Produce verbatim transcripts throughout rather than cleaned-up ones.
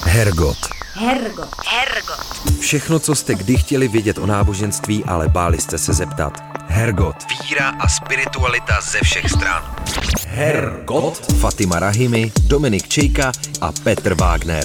Hergot. Hergot. Hergot. Všechno, co jste kdy chtěli vědět o náboženství, ale báli jste se zeptat. Hergot. Víra a spiritualita ze všech stran. Hergot. Fatima Rahimi, Dominik Čejka a Petr Wagner.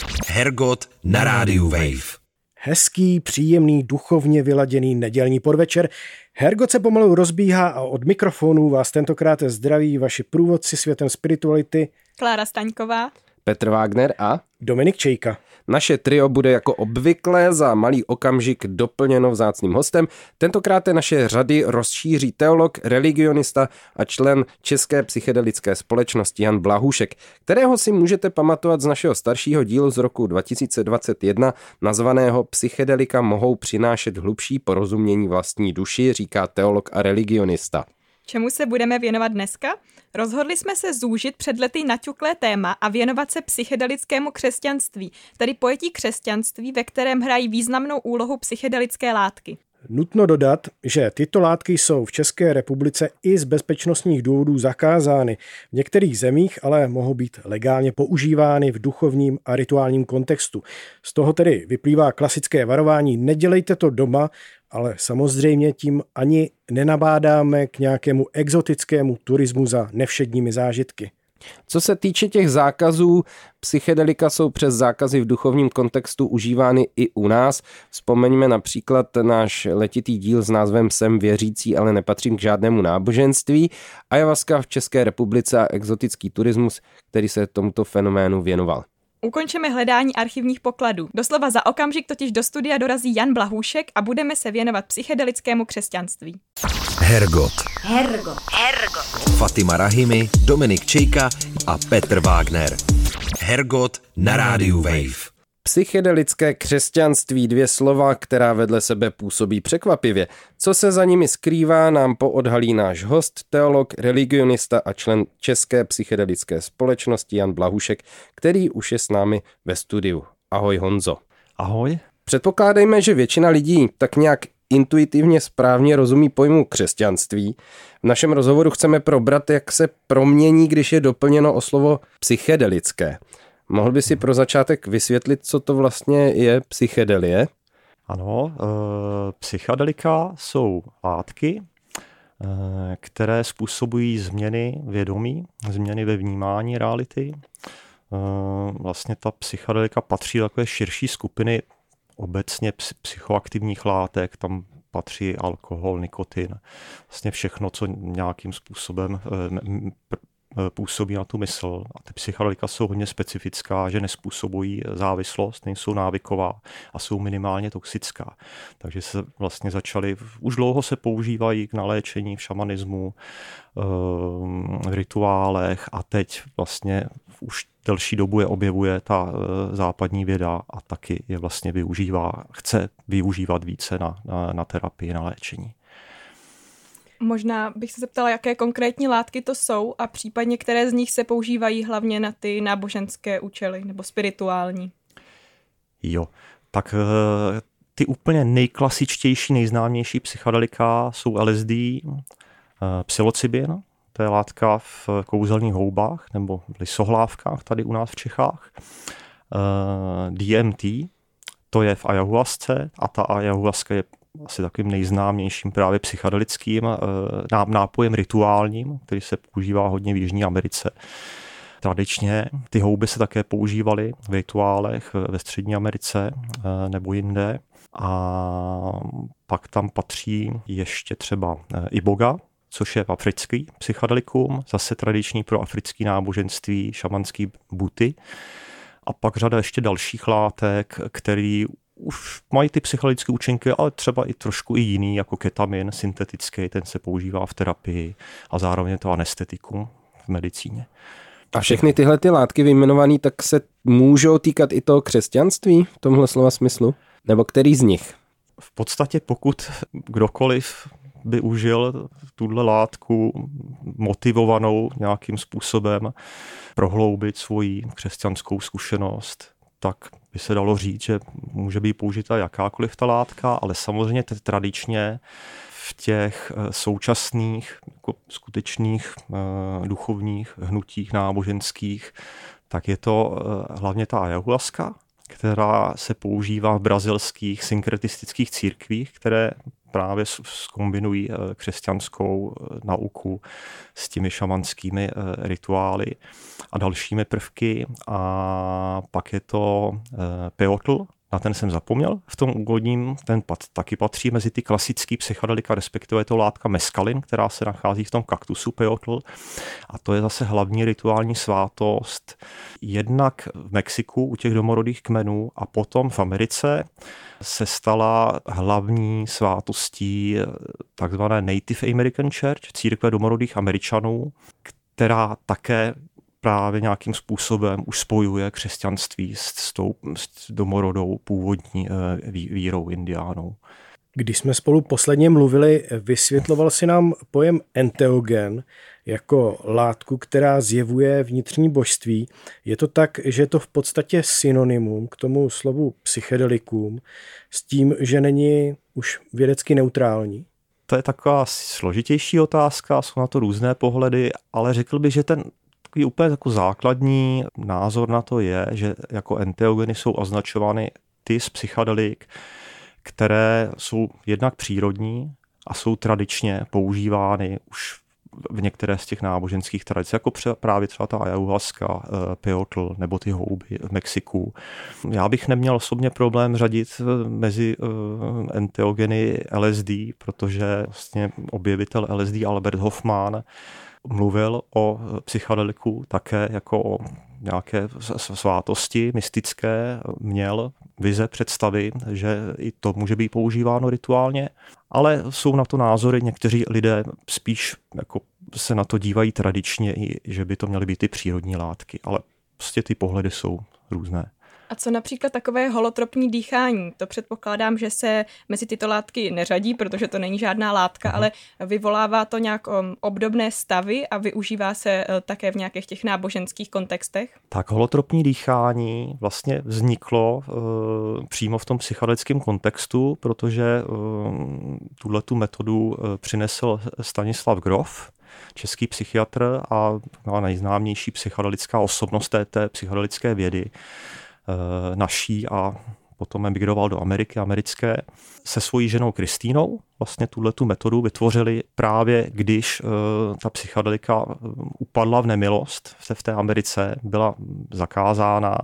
Hergot na rádiu Wave. Hezký, příjemný, duchovně vyladěný nedělní podvečer. Hergot se pomalu rozbíhá a od mikrofonů vás tentokrát zdraví vaši průvodci světem spirituality Klára Staňková, Petr Wagner a Dominik Čejka. Naše trio bude jako obvykle za malý okamžik doplněno vzácným hostem. Tentokrát naše řady rozšíří teolog, religionista a člen České psychedelické společnosti Jan Blahůšek, kterého si můžete pamatovat z našeho staršího dílu z roku dva tisíce dvacet jedna, nazvaného Psychedelika mohou přinášet hlubší porozumění vlastní duši, říká teolog a religionista. Čemu se budeme věnovat dneska? Rozhodli jsme se zúžit před lety naťuklé téma a věnovat se psychedelickému křesťanství, tedy pojetí křesťanství, ve kterém hrají významnou úlohu psychedelické látky. Nutno dodat, že tyto látky jsou v České republice i z bezpečnostních důvodů zakázány. V některých zemích ale mohou být legálně používány v duchovním a rituálním kontextu. Z toho tedy vyplývá klasické varování: nedělejte to doma, ale samozřejmě tím ani nenabádáme k nějakému exotickému turismu za nevšedními zážitky. Co se týče těch zákazů, psychedelika jsou přes zákazy v duchovním kontextu užívány i u nás. Vzpomeňme například náš letitý díl s názvem Jsem věřící, ale nepatřím k žádnému náboženství, ayahuasca v České republice a exotický turismus, který se tomuto fenoménu věnoval. Ukončíme hledání archivních pokladů. Doslova za okamžik totiž do studia dorazí Jan Blahůšek a budeme se věnovat psychedelickému křesťanství. Hergot. Hergot. Hergot. Fatima Rahimi, Dominik Čejka a Petr Wagner. Hergot na rádiu Wave. Psychedelické křesťanství, dvě slova, která vedle sebe působí překvapivě. Co se za nimi skrývá, nám poodhalí náš host, teolog, religionista a člen České psychedelické společnosti Jan Blahůšek, který už je s námi ve studiu. Ahoj Honzo. Ahoj. Předpokládejme, že většina lidí tak nějak intuitivně správně rozumí pojmu křesťanství. V našem rozhovoru chceme probrat, jak se promění, když je doplněno o slovo psychedelické. Mohl by si pro začátek vysvětlit, co to vlastně je psychedelie? Ano, e, psychedelika jsou látky, e, které způsobují změny vědomí, změny ve vnímání reality. E, vlastně ta psychedelika patří do takové širší skupiny obecně psychoaktivních látek, tam patří alkohol, nikotin, vlastně všechno, co nějakým způsobem e, působí na tu mysl. A ty psychedelika jsou hodně specifická, že nespůsobují závislost, nejsou návyková a jsou minimálně toxická. Takže se vlastně začaly, už dlouho se používají k naléčení v šamanismu, v rituálech a teď vlastně už delší dobu je objevuje ta západní věda a taky je vlastně využívá, chce využívat více na, na, na terapii, na léčení. Možná bych se zeptala, jaké konkrétní látky to jsou a případně které z nich se používají hlavně na ty náboženské účely nebo spirituální. Jo, tak ty úplně nejklasičtější, nejznámější psychedelika jsou L S D, psilocybin, to je látka v kouzelných houbách nebo v lisohlávkách tady u nás v Čechách. D M T, to je v ayahuasce a ta ayahuasca je asi takovým nejznámějším právě psychedelickým nápojem rituálním, který se používá hodně v Jižní Americe. Tradičně ty houby se také používaly v rituálech ve Střední Americe nebo jinde. A pak tam patří ještě třeba iboga, což je africký psychedelikum, zase tradiční pro africké náboženství, šamanský buty. A pak řada ještě dalších látek, který už mají ty psychedelické účinky, ale třeba i trošku i jiný, jako ketamin syntetický, ten se používá v terapii a zároveň je to anestetikum v medicíně. A všechny tyhle ty látky vyjmenované, tak se můžou týkat i toho křesťanství v tomhle slova smyslu? Nebo který z nich? V podstatě pokud kdokoliv by užil tuhle látku motivovanou nějakým způsobem prohloubit svoji křesťanskou zkušenost, tak by se dalo říct, že může být použita jakákoliv ta látka, ale samozřejmě tradičně v těch současných jako skutečných duchovních hnutích náboženských tak je to hlavně ta ayahuasca, která se používá v brazilských synkretistických církvích, které právě zkombinují křesťanskou nauku s těmi šamanskými rituály a dalšími prvky. A pak je to peotl, na ten jsem zapomněl v tom úvodním, ten pat, taky patří mezi ty klasický psychedelika, respektive je to látka meskalin, která se nachází v tom kaktusu peotl, a to je zase hlavní rituální svátost jednak v Mexiku u těch domorodých kmenů a potom v Americe se stala hlavní svátostí takzvané Native American Church, církve domorodých Američanů, která také právě nějakým způsobem už spojuje křesťanství s tou s domorodou původní vírou indiánů. Když jsme spolu posledně mluvili, vysvětloval si nám pojem enteogen jako látku, která zjevuje vnitřní božství. Je to tak, že je to v podstatě synonymum k tomu slovu psychedelikům s tím, že není už vědecky neutrální? To je taková složitější otázka, jsou na to různé pohledy, ale řekl bych, že ten takový úplně jako základní názor na to je, že jako enteogeny jsou označovány ty z psychedelik, které jsou jednak přírodní a jsou tradičně používány už v některé z těch náboženských tradic, jako právě třeba ta ayahuasca, peotl nebo ty houby v Mexiku. Já bych neměl osobně problém řadit mezi enteogeny L S D, protože vlastně objevitel L S D Albert Hofmann mluvil o psychedeliku také jako o nějaké svátosti mystické, měl vize, představy, že i to může být používáno rituálně, ale jsou na to názory, někteří lidé spíš jako se na to dívají tradičně, i že by to měly být ty přírodní látky, ale prostě ty pohledy jsou různé. A co například takové holotropní dýchání? To předpokládám, že se mezi tyto látky neřadí, protože to není žádná látka, uh-huh. ale vyvolává to nějak obdobné stavy a využívá se také v nějakých těch náboženských kontextech? Tak holotropní dýchání vlastně vzniklo uh, přímo v tom psychedelickém kontextu, protože uh, tuhletu metodu uh, přinesl Stanislav Grof, český psychiatr a nejznámější psychedelická osobnost té, té psychedelické vědy naší, a potom emigroval do Ameriky americké, se svojí ženou Kristýnou. Vlastně tuhletu metodu vytvořili právě, když uh, ta psychedelika upadla v nemilost v té Americe, byla zakázána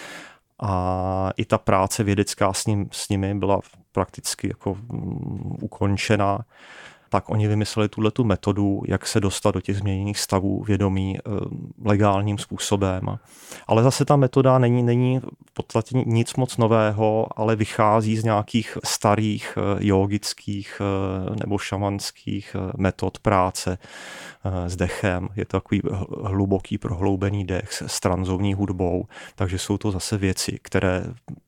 a i ta práce vědecká s, ním, s nimi byla prakticky jako um, ukončena. Tak oni vymysleli tuhletu metodu, jak se dostat do těch změněných stavů vědomí e, legálním způsobem. Ale zase ta metoda není, není v podstatě nic moc nového, ale vychází z nějakých starých e, jogických e, nebo šamanských e, metod práce e, s dechem. Je to takový hluboký prohloubený dech s, s tranzovní hudbou, takže jsou to zase věci, které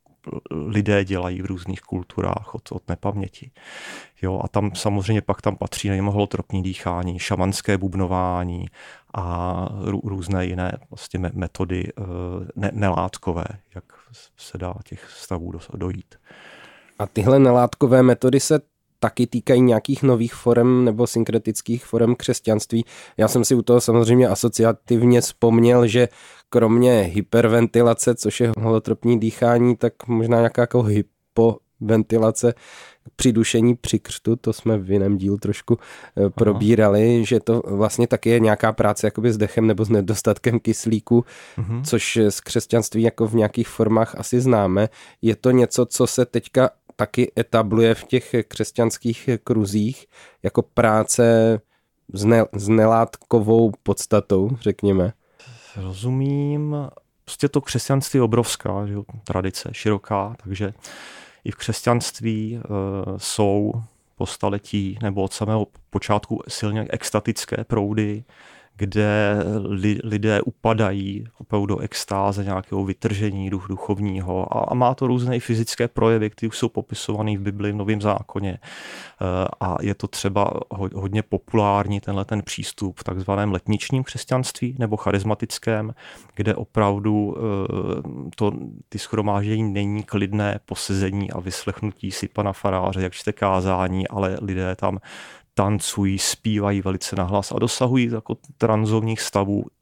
lidé dělají v různých kulturách od, od nepaměti. Jo, a tam samozřejmě pak tam patří nejen holotropní dýchání, šamanské bubnování a rů, různé jiné vlastně metody ne, nelátkové, jak se dá těch stavů dojít. A tyhle nelátkové metody se taky týkají nějakých nových forem nebo synkretických forem křesťanství. Já jsem si u toho samozřejmě asociativně vzpomněl, že kromě hyperventilace, což je holotropní dýchání, tak možná nějaká jako hypoventilace při dušení při křtu, to jsme v jiném dílu trošku probírali, Aha. že to vlastně taky je nějaká práce jakoby s dechem nebo s nedostatkem kyslíku, uh-huh. což z křesťanství jako v nějakých formách asi známe. Je to něco, co se teďka taky etabluje v těch křesťanských kruzích jako práce s, ne, s nelátkovou podstatou, řekněme. Rozumím. Prostě to křesťanství je obrovská, že, tradice široká, takže i v křesťanství e, jsou po staletí nebo od samého počátku silně extatické proudy, kde li, lidé upadají opravdu do extáze nějakého vytržení duch duchovního a, a má to různé i fyzické projevy, které už jsou popisované v Bibli, v Novém zákoně. E, a je to třeba ho, hodně populární tenhle ten přístup v takzvaném letničním křesťanství nebo charismatickém, kde opravdu e, to, ty shromáždění není klidné posezení a vyslechnutí si pana faráře, jak čte kázání, ale lidé tam tancují, zpívají velice nahlas a dosahují jako tranzovních stavů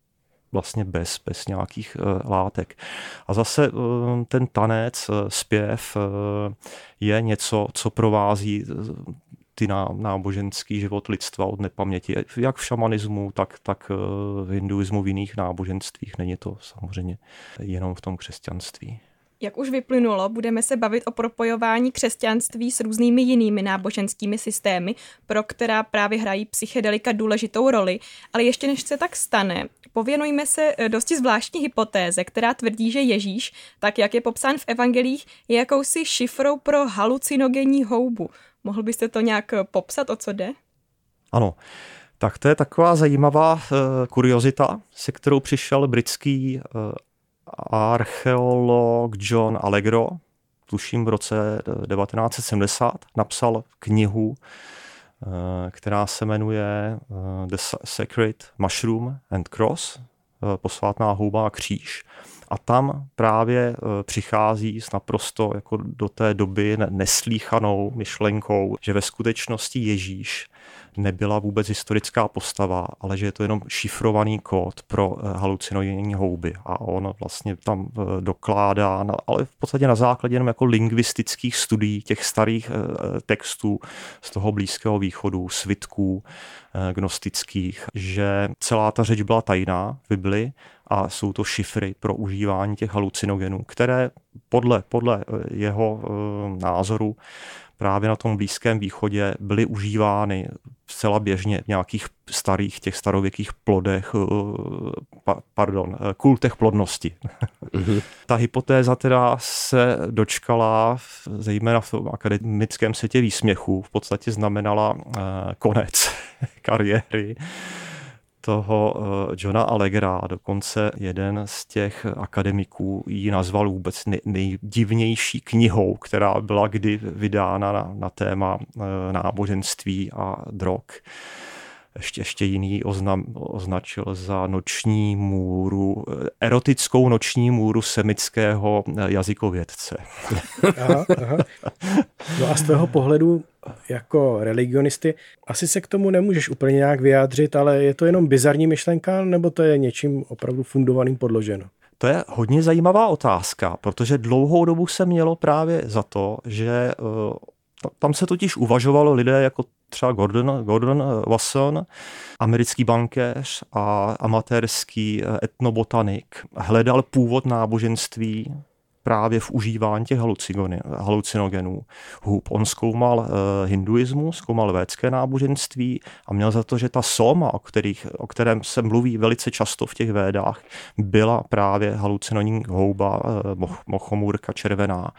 vlastně bez, bez nějakých uh, látek. A zase uh, ten tanec, uh, zpěv uh, je něco, co provází uh, ty ná, náboženský život lidstva od nepaměti. Jak v šamanismu, tak, tak uh, v hinduismu, v jiných náboženstvích. Není to samozřejmě jenom v tom křesťanství. Jak už vyplynulo, budeme se bavit o propojování křesťanství s různými jinými náboženskými systémy, pro která právě hrají psychedelika důležitou roli, ale ještě než se tak stane, pověnujme se dosti zvláštní hypotéze, která tvrdí, že Ježíš, tak jak je popsán v evangelích, je jakousi šifrou pro halucinogenní houbu. Mohl byste to nějak popsat, o co jde? Ano. Tak to je taková zajímavá uh, kuriozita, se kterou přišel britský uh, archeolog John Allegro, tuším v roce devatenáct set sedmdesát, napsal knihu, která se jmenuje The Sacred Mushroom and Cross, posvátná houba a kříž. A tam právě přichází s naprosto jako do té doby neslýchanou myšlenkou, že ve skutečnosti Ježíš nebyla vůbec historická postava, ale že je to jenom šifrovaný kód pro halucinogenní houby. A on vlastně tam dokládá, ale v podstatě na základě jenom jako lingvistických studií těch starých textů z toho Blízkého východu, svitků gnostických, že celá ta řeč byla tajná v Bibli a jsou to šifry pro užívání těch halucinogenů, které podle, podle jeho názoru právě na tom Blízkém východě byly užívány zcela běžně v nějakých starých, těch starověkých plodech, pardon, kultech plodnosti. Mm-hmm. Ta hypotéza teda se dočkala, zejména v akademickém světě výsměchu, v podstatě znamenala konec kariéry toho Johna Allegra. Dokonce jeden z těch akademiků ji nazval vůbec nej, nejdivnější knihou, která byla kdy vydána na, na téma náboženství a drog. Ještě, ještě jiný oznam, označil za noční můru, erotickou noční můru semického jazykovědce. Aha, aha. No a z tvého pohledu jako religionisty asi se k tomu nemůžeš úplně nějak vyjádřit, ale je to jenom bizarní myšlenka, nebo to je něčím opravdu fundovaným podloženo? To je hodně zajímavá otázka, protože dlouhou dobu se mělo právě za to, že tam se totiž uvažovalo lidé jako třeba Gordon, Gordon Wasson, americký bankéř a amatérský etnobotanik, hledal původ náboženství právě v užívání těch halucinogenů. Hub. On zkoumal uh, hinduismus, zkoumal védské náboženství a měl za to, že ta soma, o, kterých, o kterém se mluví velice často v těch védách, byla právě halucinogenní houba, uh, mochomůrka červená.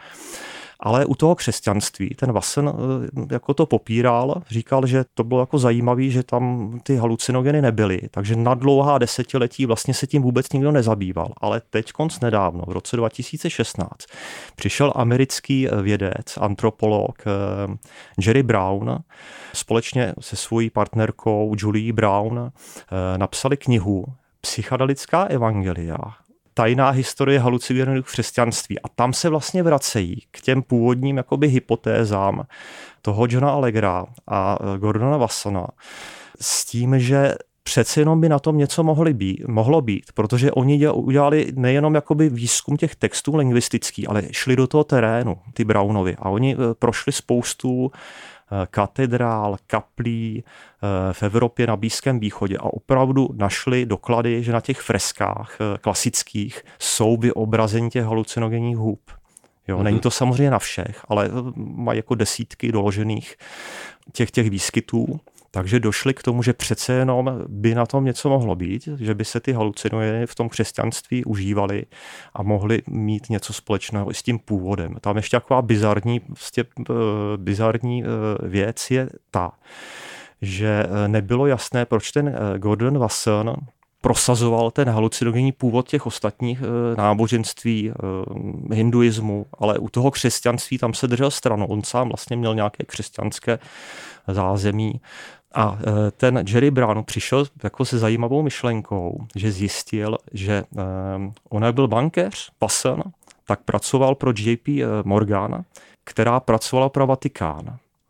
Ale u toho křesťanství ten Wasson jako to popíral, říkal, že to bylo jako zajímavý, že tam ty halucinogeny nebyly, takže na dlouhá desetiletí vlastně se tím vůbec nikdo nezabýval. Ale teď konc nedávno, v roce dva tisíce šestnáct, přišel americký vědec, antropolog Jerry Brown, společně se svojí partnerkou Julie Brown napsali knihu Psychedelická evangelia, tajná historie halucinogenů v křesťanství. A tam se vlastně vracejí k těm původním jakoby hypotézám toho Johna Allegra a Gordona Wassona s tím, že přece jenom by na tom něco mohli být, mohlo být, protože oni udělali nejenom jakoby výzkum těch textů lingvistických, ale šli do toho terénu, ty Brownovi, a oni prošli spoustu katedrál, kaplí v Evropě na Blízkém východě a opravdu našli doklady, že na těch freskách klasických jsou vyobrazení těch halucinogenních hub. Jo, mm-hmm. Není to samozřejmě na všech, ale mají jako desítky doložených těch, těch výskytů. Takže došli k tomu, že přece jenom by na tom něco mohlo být, že by se ty halucinogeny v tom křesťanství užívaly a mohly mít něco společného i s tím původem. Tam ještě taková bizarní, vlastně, bizarní věc je ta, že nebylo jasné, proč ten Gordon Wasson prosazoval ten halucinogenní původ těch ostatních náboženství, hinduismu, ale u toho křesťanství tam se držel stranou. On sám vlastně měl nějaké křesťanské zázemí. A ten Jerry Brown přišel jako se zajímavou myšlenkou, že zjistil, že on byl bankéř, Wasson, tak pracoval pro J P Morgan, která pracovala pro Vatikán.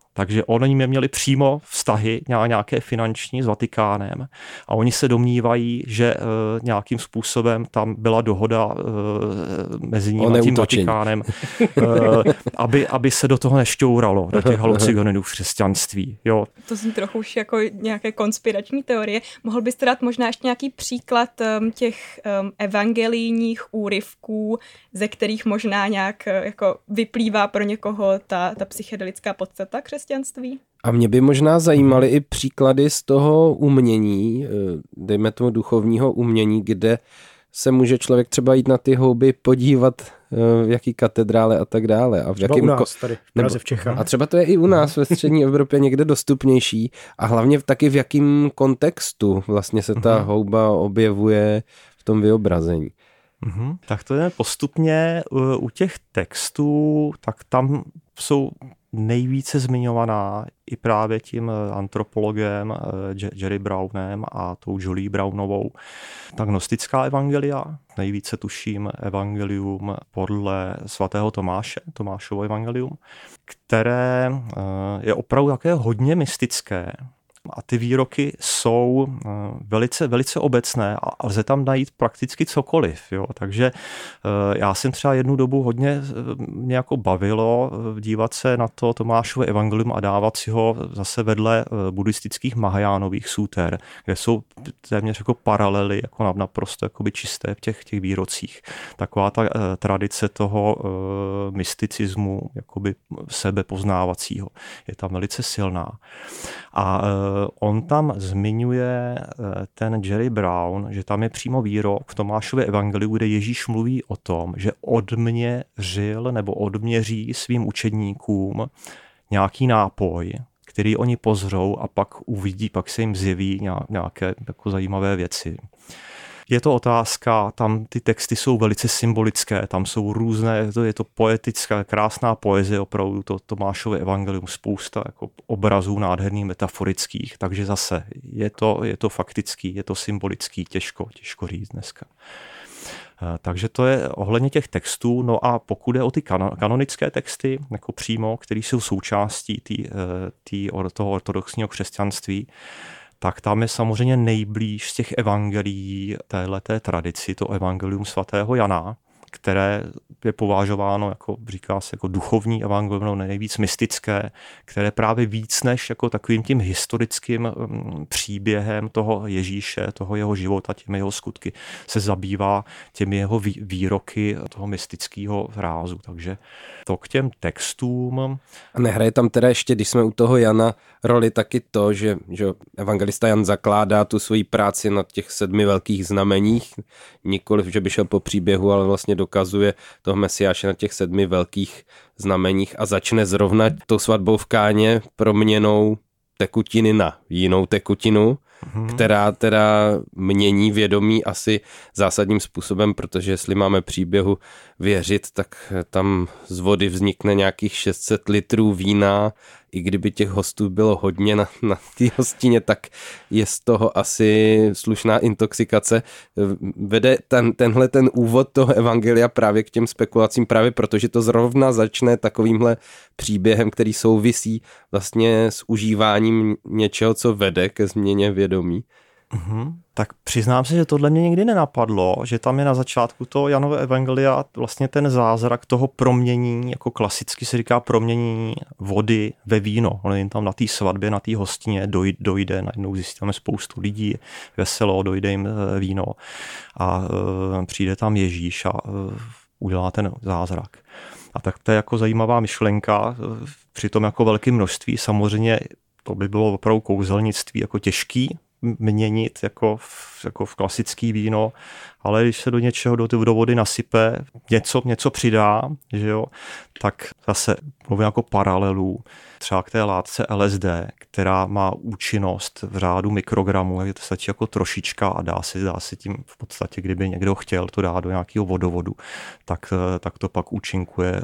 Takže oni měli přímo vztahy nějaké finanční s Vatikánem a oni se domnívají, že uh, nějakým způsobem tam byla dohoda uh, mezi ním a tím Vatikánem, uh, aby, aby se do toho nešťouralo, do těch halucinogenů v křesťanství. Jo. To zní trochu už jako nějaké konspirační teorie. Mohl byste dát možná ještě nějaký příklad um, těch um, evangelijních úryvků, ze kterých možná nějak uh, jako vyplývá pro někoho ta, ta psychedelická podstata křesťanství? A mě by možná zajímaly i příklady z toho umění, dejme tomu duchovního umění, kde se může člověk třeba jít na ty houby, podívat v jaký katedrále a tak dále. A v třeba jakým u nás tady, v Praze, v Čechách. A třeba to je i u nás ve střední Evropě někde dostupnější a hlavně taky v jakém kontextu vlastně se ta houba objevuje v tom vyobrazení. Mm-hmm. Tak to je postupně u těch textů, tak tam jsou nejvíce zmiňovaná i právě tím antropologem Jerry Brownem a tou Jolie Brownovou. Ta gnostická evangelia, nejvíce tuším evangelium podle svatého Tomáše, Tomášovo evangelium, které je opravdu také hodně mystické. A ty výroky jsou velice, velice obecné a lze tam najít prakticky cokoliv. Jo. Takže já jsem třeba jednu dobu hodně mě jako bavilo dívat se na to Tomášovo evangelium a dávat si ho zase vedle buddhistických Mahajánových súter, kde jsou téměř jako paralely, jako naprosto jakoby čisté v těch, těch výrocích. Taková ta tradice toho mysticismu, jakoby sebepoznávacího, je tam velice silná. A on tam zmiňuje ten Jerry Brown, že tam je přímo výrok v Tomášově evangeliu, kde Ježíš mluví o tom, že odměřil nebo odměří svým učedníkům nějaký nápoj, který oni pozřou a pak uvidí, pak se jim zjeví nějaké jako zajímavé věci. Je to otázka, tam ty texty jsou velice symbolické, tam jsou různé, je to, je to poetická, krásná poezie, opravdu to Tomášovo evangelium, spousta jako obrazů nádherných, metaforických, takže zase je to, je to faktický, je to symbolický, těžko, těžko říct dneska. Takže to je ohledně těch textů, no a pokud je o ty kanonické texty, jako přímo, které jsou součástí tý, tý, toho ortodoxního křesťanství, tak tam je samozřejmě nejblíž z těch evangelií téhleté tradici, to evangelium svatého Jana, které je považováno, jako říká se, jako duchovní evangelium, nejvíc mystické, které právě víc než jako takovým tím historickým příběhem toho Ježíše, toho jeho života, těmi jeho skutky, se zabývá těmi jeho výroky toho mystického rázu. Takže to k těm textům. A nehraje tam teda ještě, když jsme u toho Jana, roli taky to, že, že evangelista Jan zakládá tu svoji práci na těch sedmi velkých znameních, nikoliv, že by šel po příběhu, ale vlastně dokazuje toho Mesiáše na těch sedmi velkých znameních a začne zrovna tou svatbou v Káně proměnou tekutiny na jinou tekutinu, hmm. která teda mění vědomí asi zásadním způsobem, protože jestli máme příběhu věřit, tak tam z vody vznikne nějakých šest set litrů vína, i kdyby těch hostů bylo hodně na, na té hostině, tak je z toho asi slušná intoxikace. Vede ten, tenhle ten úvod toho evangelia právě k těm spekulacím, právě protože to zrovna začne takovýmhle příběhem, který souvisí vlastně s užíváním něčeho, co vede ke změně vědomí. Mm-hmm. Tak přiznám se, že tohle mě nikdy nenapadlo, že tam je na začátku toho Janova evangelia vlastně ten zázrak toho proměnění, jako klasicky se říká proměnění vody ve víno. On jen tam na té svatbě, na té hostině dojde, dojde, najednou zjistíme spoustu lidí, veselo, dojde jim víno a e, přijde tam Ježíš a e, udělá ten zázrak. A tak to je jako zajímavá myšlenka, přitom jako velké množství, samozřejmě to by bylo opravdu kouzelnictví jako těžký, měnit jako v, jako v klasický víno, ale když se do něčeho, do, do vody nasype, něco, něco přidá, že jo, tak zase mluvím jako paralelu třeba k té látce L S D, která má účinnost v řádu mikrogramů, je to stačí jako trošička a dá se, dá se tím v podstatě, kdyby někdo chtěl to dát do nějakého vodovodu, tak, tak to pak účinkuje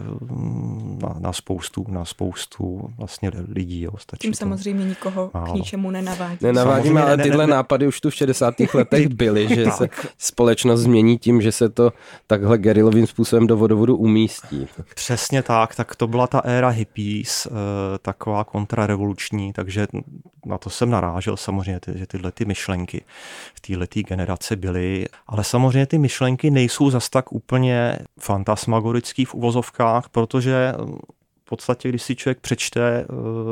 na, na spoustu, na spoustu vlastně lidí. Jo, stačí tím to. samozřejmě nikoho k ničemu nenavádí. Nenavádíme, ale tyhle nápady už tu v šedesátých letech byly, že se společnost společnost změní tím, že se to takhle gerilovým způsobem do vodovodu umístí. Přesně tak, tak to byla ta éra hippies, taková kontrarevoluční, takže na to jsem narážel samozřejmě, že tyhle ty myšlenky v této generaci byly, ale samozřejmě ty myšlenky nejsou zas tak úplně fantasmagorický v uvozovkách, protože v podstatě, když si člověk přečte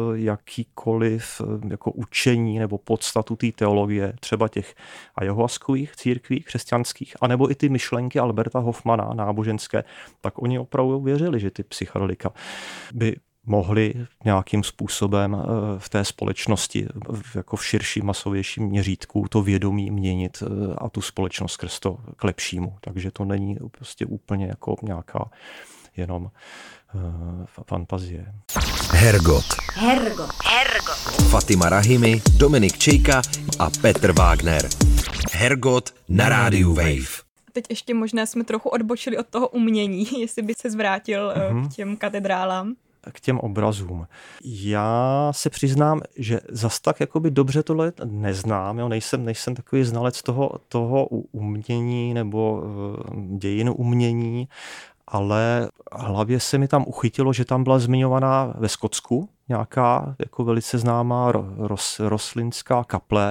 jakýkoliv jako učení nebo podstatu té teologie, třeba těch ayahuaskových církví křesťanských, anebo i ty myšlenky Alberta Hoffmana náboženské, tak oni opravdu věřili, že ty psychedelika by mohli nějakým způsobem v té společnosti jako v širším masovějším měřítku to vědomí měnit a tu společnost skrz to k lepšímu. Takže to není prostě úplně jako nějaká jenom uh, fantazie. Hergot. Hergot. Hergot. Fatima Rahimi, Dominik Čejka a Petr Wagner. Hergot na rádiu Wave. Teď ještě možná jsme trochu odbočili od toho umění, jestli by se zvrátil uh-huh. k těm katedrálám. K těm obrazům. Já se přiznám, že zas tak jakoby dobře tohle neznám, jo? Nejsem, nejsem takový znalec toho, toho umění nebo uh, dějin umění, ale hlavě se mi tam uchytilo, že tam byla zmiňovaná ve Skotsku nějaká jako velice známá ros, rostlinská kaple,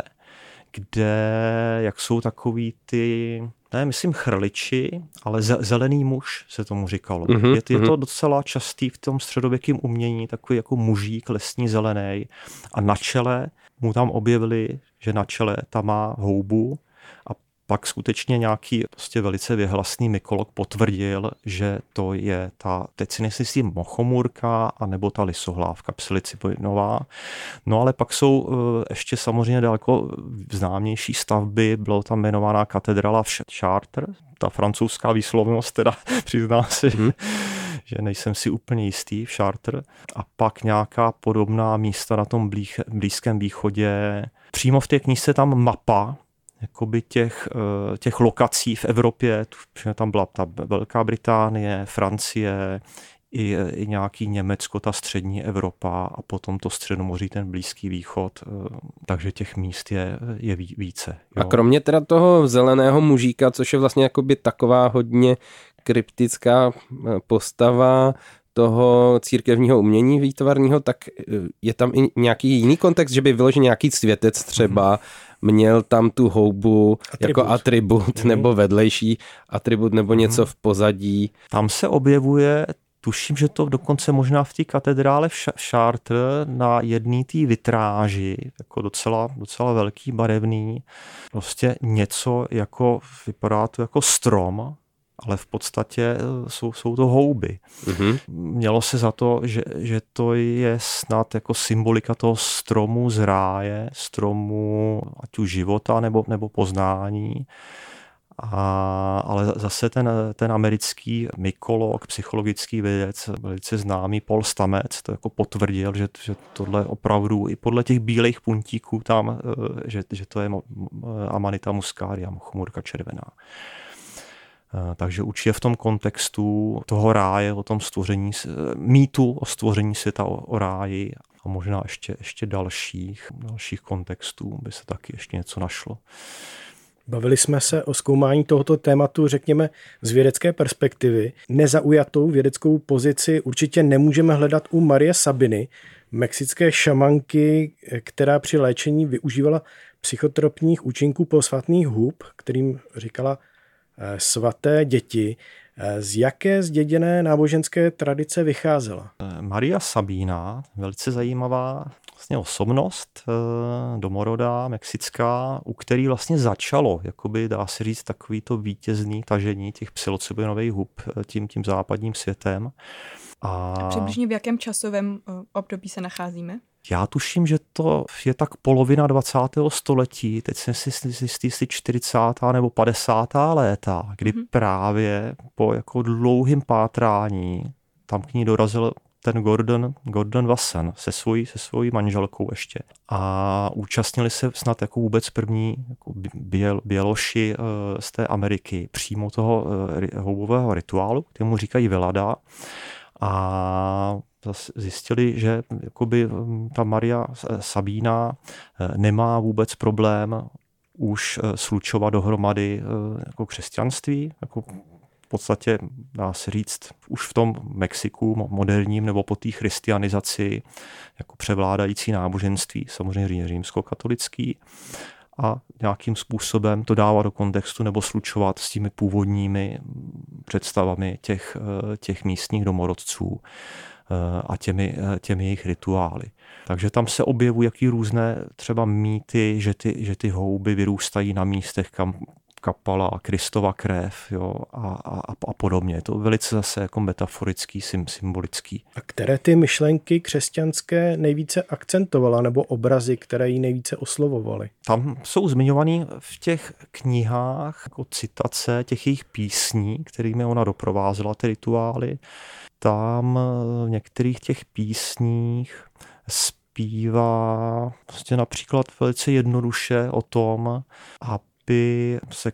kde jak jsou takový ty, ne, myslím chrliči, ale zelený muž se tomu říkalo. Mm-hmm, je, je to docela častý v tom středověkém umění, takový jako mužík lesní zelený a na čele mu tam objevili, že na čele tam má houbu a pak skutečně nějaký prostě velice věhlasný mykolog potvrdil, že to je ta, teď si nejsem mochomůrka anebo ta lisohlávka psilicibinová. No ale pak jsou uh, ještě samozřejmě daleko známější stavby, byla tam jmenovaná katedrala v Chartres, ta francouzská výslovnost, teda přiznám se, hmm. že nejsem si úplně jistý v Chartres. A pak nějaká podobná místa na tom blíž, Blízkém východě. Přímo v té knížce tam mapa jakoby těch, těch lokací v Evropě, tam byla ta Velká Británie, Francie, i, i nějaký Německo, ta střední Evropa a potom to Středomoří, ten Blízký východ, takže těch míst je, je více. Jo. A kromě teda toho zeleného mužíka, což je vlastně jakoby taková hodně kryptická postava toho církevního umění výtvarného, tak je tam i nějaký jiný kontext, že by vyložený nějaký světec třeba měl tam tu houbu atribut. jako atribut mm. nebo vedlejší atribut nebo něco mm. v pozadí. Tam se objevuje, tuším, že to dokonce možná v té katedrále v Chartres na jedné té vitráži, jako docela, docela velký, barevný, prostě něco jako, vypadá to jako strom, ale v podstatě jsou, jsou to houby. Mm-hmm. Mělo se za to, že, že to je snad jako symbolika toho stromu z ráje, stromu ať už života nebo, nebo poznání. A, ale zase ten, ten americký mykolog, psychologický vědec, velice známý Paul Stamets, to jako potvrdil, že, že tohle opravdu i podle těch bílejch puntíků tam, že, že to je Amanita muscaria, mochomůrka červená. Takže určitě v tom kontextu toho ráje, o tom stvoření, mýtu o stvoření světa o, o ráji a možná ještě, ještě dalších, dalších kontextů by se taky ještě něco našlo. Bavili jsme se o zkoumání tohoto tématu, řekněme, z vědecké perspektivy. Nezaujatou vědeckou pozici určitě nemůžeme hledat u Marie Sabiny, mexické šamanky, která při léčení využívala psychotropních účinků posvátných hub, kterým říkala svaté děti. Z jaké zděděné náboženské tradice vycházela? Maria Sabina, velice zajímavá vlastně osobnost, domorodá, mexická, u který vlastně začalo, jakoby dá se říct, takový to vítězný tažení těch psilocybinových hub tím, tím západním světem. A... A přibližně v jakém časovém období se nacházíme? Já tuším, že to je tak polovina dvacátého století, teď jsem si jistý, jestli čtyřicátá nebo padesátá léta, kdy hmm. právě po jako dlouhým pátrání tam k ní dorazil ten Gordon, Gordon Wasson se svojí, se svojí manželkou ještě. A účastnili se snad jako vůbec první jako běl, běloši z té Ameriky přímo toho houbového rituálu, kterému říkají Velada. A zjistili, že jakoby ta Maria Sabina nemá vůbec problém už slučovat dohromady jako křesťanství, jako v podstatě dá se říct už v tom Mexiku moderním nebo po té christianizaci jako převládající náboženství, samozřejmě římskokatolický, a nějakým způsobem to dávat do kontextu nebo slučovat s těmi původními představami těch, těch místních domorodců a těmi, těmi jejich rituály. Takže tam se objevují jaký různé třeba mýty, že ty, že ty houby vyrůstají na místech, kam kapala Kristova krev, jo, a, a, a podobně. Je to velice zase jako metaforický, symbolický. A které ty myšlenky křesťanské nejvíce akcentovala, nebo obrazy, které ji nejvíce oslovovaly? Tam jsou zmiňovaný v těch knihách jako citace těch jejich písní, kterými ona doprovázela ty rituály. Tam v některých těch písních zpívá prostě například velice jednoduše o tom, a by se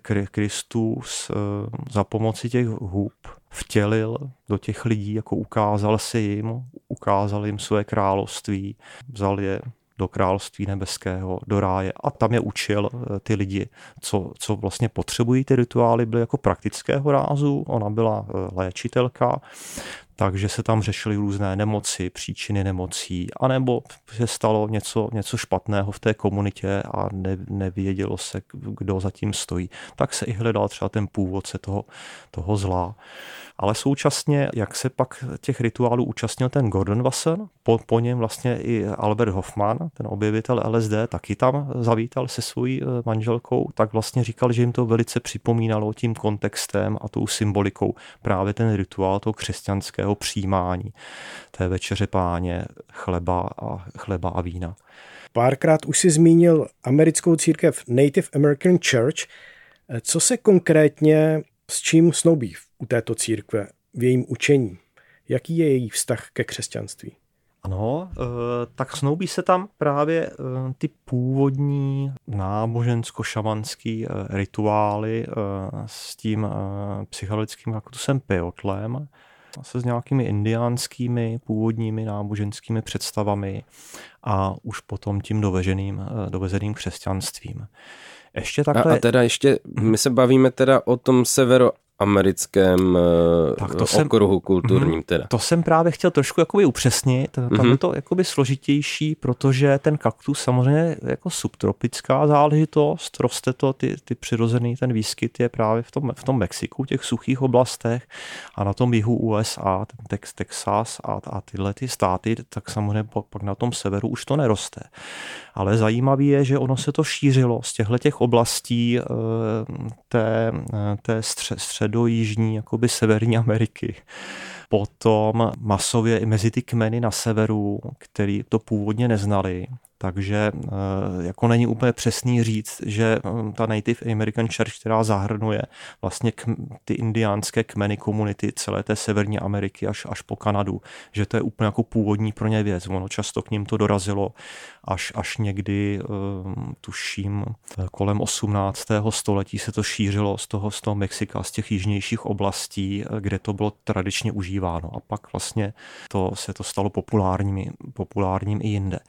Kristus za pomoci těch hub vtělil do těch lidí, jako ukázal se jim, ukázal jim své království, vzal je do království nebeského, do ráje a tam je učil ty lidi, co, co vlastně potřebují. Ty rituály byly jako praktického rázu, ona byla léčitelka, takže se tam řešily různé nemoci, příčiny nemocí, anebo se stalo něco, něco špatného v té komunitě a ne, nevědělo se, kdo za tím stojí. Tak se i hledal třeba ten původce toho, toho zla. Ale současně, jak se pak těch rituálů účastnil ten Gordon Wasson, po, po něm vlastně i Albert Hoffman, ten objevitel L S D, taky tam zavítal se svojí manželkou, tak vlastně říkal, že jim to velice připomínalo tím kontextem a tou symbolikou právě ten rituál toho křesťanského přijímání té večeře Páně, chleba a, chleba a vína. Párkrát už si zmínil americkou církev Native American Church. Co se konkrétně s čím snoubí u této církve v jejím učení? Jaký je její vztah ke křesťanství? Ano, tak snoubí se tam právě ty původní nábožensko-šamanský rituály s tím psychedelickým kaktusem peyotlem, se s nějakými indiánskými původními náboženskými představami a už potom tím doveženým, dovezeným křesťanstvím. Ještě takhle... A, a teda ještě, my se bavíme teda o tom severoamerickém tak to okruhu jsem, kulturním teda. To jsem právě chtěl trošku jakoby upřesnit. Tam mm-hmm. je to jakoby složitější, protože ten kaktus samozřejmě je jako subtropická záležitost. Roste to, ty, ty přirozený, ten výskyt je právě v tom, v tom Mexiku, těch suchých oblastech a na tom jihu U S A, ten Tex, Texas a, a tyhle ty státy, tak samozřejmě pak na tom severu už to neroste. Ale zajímavé je, že ono se to šířilo z těchto těch oblastí té, té střed, středojižní, jakoby severní Ameriky. Potom masově i mezi ty kmeny na severu, který to původně neznali. Takže jako není úplně přesný říct, že ta Native American Church, která zahrnuje vlastně ty indiánské kmeny komunity celé té severní Ameriky až, až po Kanadu, že to je úplně jako původní pro ně věc. Ono často k ním to dorazilo až, až někdy, tuším, kolem osmnáctého století se to šířilo z toho, z toho Mexika, z těch jižnějších oblastí, kde to bylo tradičně užíváno. A pak vlastně to, se to stalo populárním, populárním i jinde.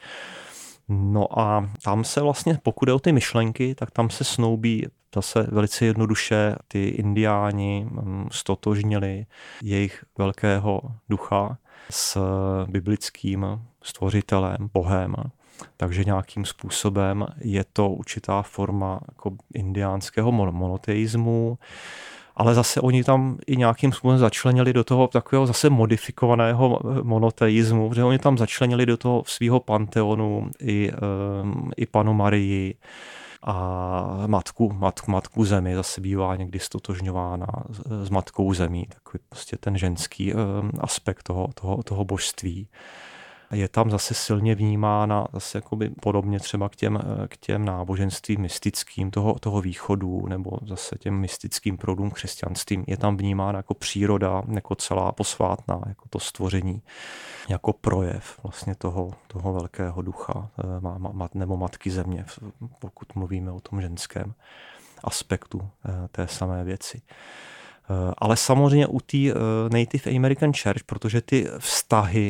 No a tam se vlastně, pokud jde o ty myšlenky, tak tam se snoubí zase velice jednoduše ty indiáni stotožnili jejich velkého ducha s biblickým stvořitelem, Bohem. Takže nějakým způsobem je to určitá forma jako indiánského monoteismu. Ale zase oni tam i nějakým způsobem začlenili do toho takového zase modifikovaného monoteismu, protože oni tam začlenili do toho svého panteonu i, um, i Panu Marii a matku, matku, matku zemi zase bývá někdy stotožňována s, s matkou zemí, takový prostě ten ženský um, aspekt toho, toho, toho božství. Je tam zase silně vnímána zase jakoby podobně třeba k těm, k těm náboženstvím mystickým toho, toho východu nebo zase těm mystickým proudům křesťanstvím. Je tam vnímána jako příroda, jako celá posvátná, jako to stvoření, jako projev vlastně toho, toho velkého ducha nebo matky země, pokud mluvíme o tom ženském aspektu té samé věci. Ale samozřejmě u té Native American Church, protože ty vztahy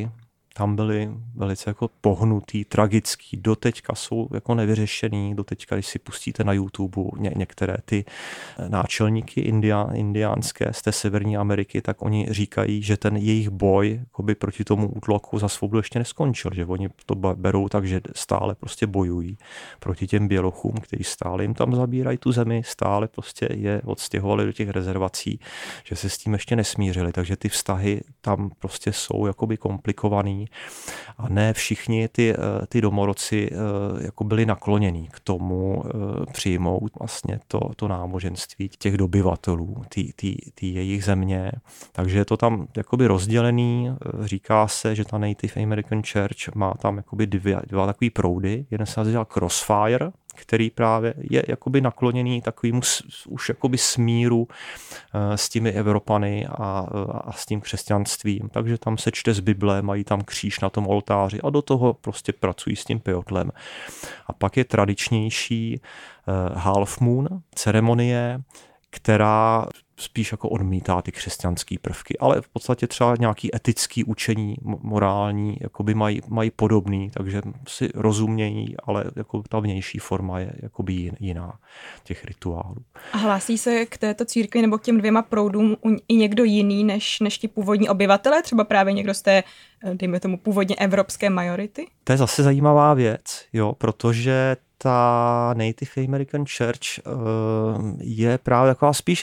tam byly velice jako pohnutý, tragický, doteďka jsou jako nevyřešený, doteďka, když si pustíte na YouTube ně, některé ty náčelníky india, indiánské z té Severní Ameriky, tak oni říkají, že ten jejich boj jakoby proti tomu útlaku za svobodu ještě neskončil, že oni to berou tak, že stále prostě bojují proti těm bělochům, kteří stále jim tam zabírají tu zemi, stále prostě je odstěhovali do těch rezervací, že se s tím ještě nesmířili, takže ty vztahy tam prostě jsou jakoby komplikovaný a ne všichni ty, ty domorodci jako byli naklonění k tomu přijmout vlastně to, to náboženství těch dobyvatelů, ty, ty, ty jejich země. Takže je to tam jakoby rozdělený. Říká se, že ta Native American Church má tam jakoby dvě, dva takový proudy. Jeden se nazývá Crossfire, který právě je jakoby nakloněný takovému už jakoby smíru s těmi Evropany a, a s tím křesťanstvím. Takže tam se čte z Bible, mají tam kříž na tom oltáři a do toho prostě pracují s tím pejotlem. A pak je tradičnější Half Moon ceremonie, která spíš jako odmítá ty křesťanské prvky, ale v podstatě třeba nějaký etický učení, morální, jakoby mají, mají podobný, takže si rozumějí, ale jako ta vnější forma je jakoby jiná těch rituálů. A hlásí se k této církvi nebo k těm dvěma proudům i někdo jiný než, než ti původní obyvatelé, třeba právě někdo z té, dejme tomu, původně evropské majority? To je zase zajímavá věc, jo, protože ta Native American Church uh, je právě taková spíš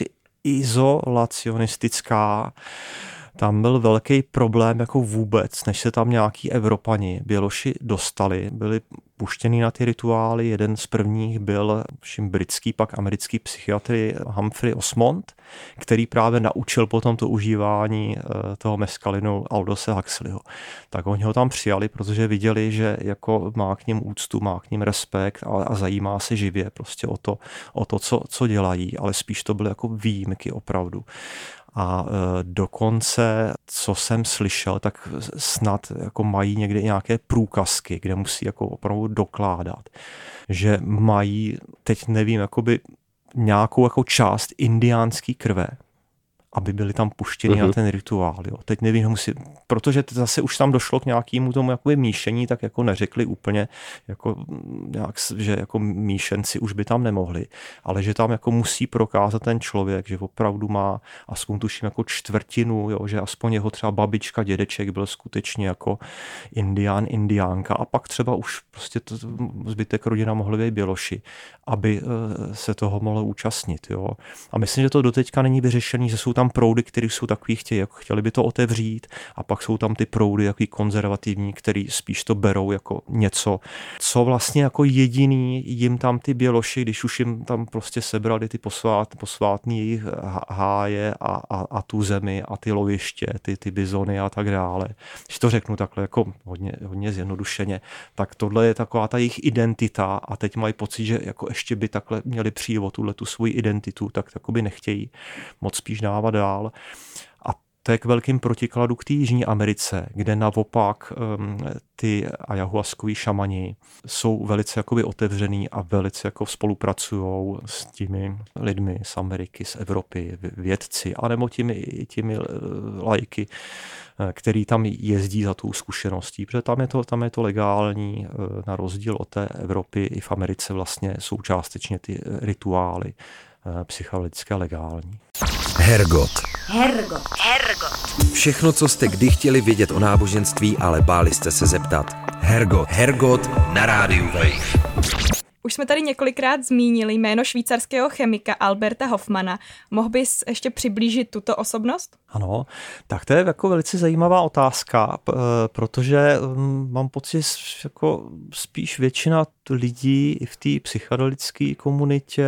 izolacionistická. Tam byl velký problém jako vůbec, než se tam nějaký Evropani, Běloši dostali, byli puštěný na ty rituály. Jeden z prvních byl všim britský, pak americký psychiatr Humphrey Osmond, který právě naučil potom to užívání toho meskalinu Aldose Huxleyho. Tak oni ho tam přijali, protože viděli, že jako má k ním úctu, má k ním respekt a, a zajímá se živě prostě o to, o to co, co dělají, ale spíš to byly jako výjimky opravdu. A e, dokonce, co jsem slyšel, tak snad jako mají někde nějaké průkazky, kde musí jako opravdu dokládat, že mají, teď nevím, jakoby nějakou jako část indiánský krve, aby byli tam puštěni uh-huh. na ten rituál. Jo. Teď nevím, musí, protože zase už tam došlo k nějakému tomu jakoby míšení, tak jako neřekli úplně, jako, nějak, že jako míšenci už by tam nemohli, ale že tam jako musí prokázat ten člověk, že opravdu má aspoň tuším jako čtvrtinu, jo, že aspoň jeho třeba babička, dědeček byl skutečně jako indián, indiánka a pak třeba už prostě to, zbytek rodina mohli být Běloši, aby se toho mohlo účastnit. Jo. A myslím, že to doteďka není vyřešený, že jsou tam proudy, které jsou takový chtějí, jako chtěli by to otevřít a pak jsou tam ty proudy takový konzervativní, který spíš to berou jako něco, co vlastně jako jediný jim tam ty Běloši, když už jim tam prostě sebrali ty posvát, posvátný jejich háje a, a, a tu zemi a ty loviště, ty, ty bizony a tak dále. Když to řeknu takhle jako hodně, hodně zjednodušeně, tak tohle je taková ta jejich identita a teď mají pocit, že jako ještě by takhle měli přijít o tuhle tu svoji identitu, tak takoby nechtějí moc spíš dávat dál. A to je k velkým protikladu k té Jižní Americe, kde naopak um, ty ayahuaskoví šamani jsou velice jakoby otevřený a velice jako spolupracují s těmi lidmi z Ameriky, z Evropy, vědci, anebo těmi, těmi lajky, který tam jezdí za tou zkušeností, protože tam je to, tam je to legální, na rozdíl od té Evropy i v Americe vlastně jsou částečně ty rituály psychologické legální. Hergot. Hergot. Hergot. Všechno, co jste kdy chtěli vědět o náboženství, ale báli jste se zeptat. Hergot. Hergot na rádiu Wave. Už jsme tady několikrát zmínili jméno švýcarského chemika Alberta Hofmana. Mohl bys ještě přiblížit tuto osobnost? Ano, tak to je jako velice zajímavá otázka, protože mám pocit, že jako spíš většina lidí i v té psychedelické komunitě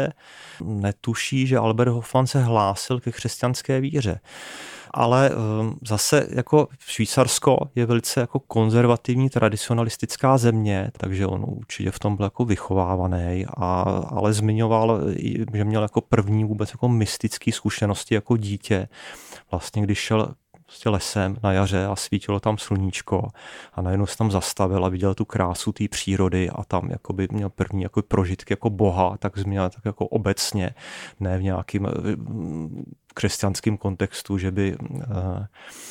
netuší, že Albert Hofmann se hlásil ke křesťanské víře. Ale zase jako Švýcarsko je velice jako konzervativní, tradicionalistická země, takže on určitě v tom byl jako vychovávaný, a, ale zmiňoval, že měl jako první vůbec jako mystické zkušenosti jako dítě. Vlastně když šel prostě lesem na jaře a svítilo tam sluníčko a najednou se tam zastavil a viděl tu krásu té přírody a tam jakoby měl první jako prožitky jako Boha, tak změnil tak jako obecně, ne v nějakým křesťanském kontextu, že by,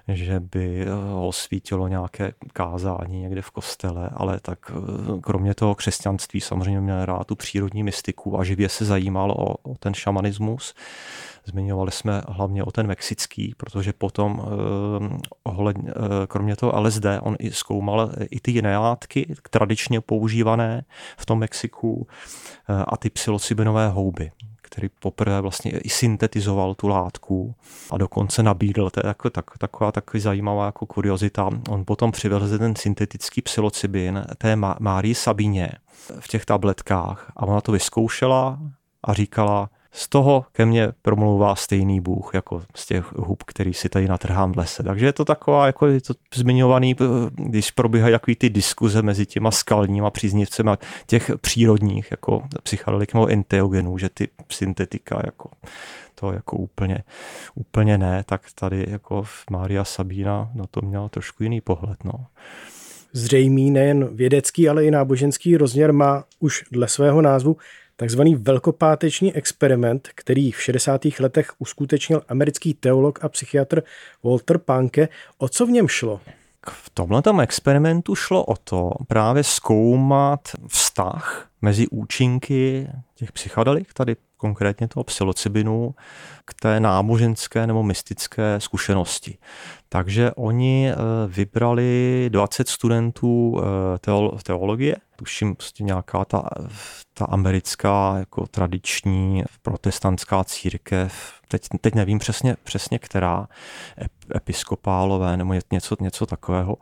že by ho osvítilo nějaké kázání někde v kostele, ale tak kromě toho křesťanství samozřejmě měl rád tu přírodní mystiku a živě se zajímal o, o ten šamanismus. Zmiňovali jsme hlavně o ten mexický, protože potom eh, ohled, eh, kromě toho L S D on i zkoumal i ty jiné látky tradičně používané v tom Mexiku eh, a ty psilocybinové houby, který poprvé vlastně i syntetizoval tu látku a dokonce nabídl, to je tak, tak, taková takový zajímavá jako kuriozita, on potom přivezl ten syntetický psilocybin té Márii Sabíně v těch tabletkách a ona to vyzkoušela a říkala, z toho ke mně promlouvá stejný Bůh, jako z těch hub, který si tady natrhám v lese. Takže je to taková, jako je to zmiňovaný, když probíhají takový ty diskuze mezi těma skalníma příznivcema těch přírodních, jako psychedelik nebo enteogenů, že ty syntetika, jako to jako úplně, úplně ne, tak tady jako Mária Sabína na to měla trošku jiný pohled, no. Zřejmý nejen vědecký, ale i náboženský rozměr má už dle svého názvu takzvaný velkopáteční experiment, který v šedesátých letech uskutečnil americký teolog a psychiatr Walter Pahnke. O co v něm šlo? V tomhletom experimentu šlo o to právě zkoumat vztah mezi účinky těch psychedelik, tady konkrétně toho psilocybinu, k té náboženské nebo mystické zkušenosti. Takže oni vybrali dvacet studentů teologie, tuším prostě nějaká ta, ta americká jako tradiční protestantská církev, teď, teď nevím přesně, přesně která, episkopálové nebo něco, něco takového.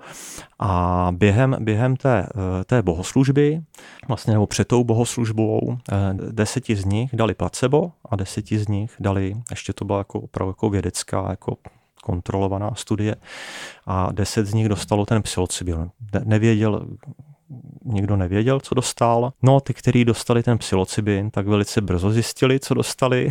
A během, během té, té bohoslužby, vlastně nebo před tou bohoslužbou, deseti z nich dali placebo a deseti z nich dali, ještě to byla jako opravdu jako vědecká, jako kontrolovaná studie a deset z nich dostalo ten psilocybin. Nevěděl, nikdo nevěděl, co dostal. No, ty, kteří dostali ten psilocybin, tak velice brzo zjistili, co dostali.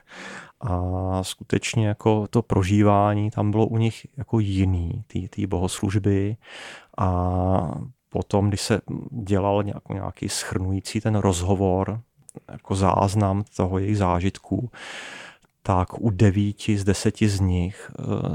A skutečně jako to prožívání tam bylo u nich jako jiný, ty, ty bohoslužby. A potom, když se dělal nějaký, nějaký shrnující ten rozhovor, jako záznam toho jejich zážitků, tak u devíti z deseti z nich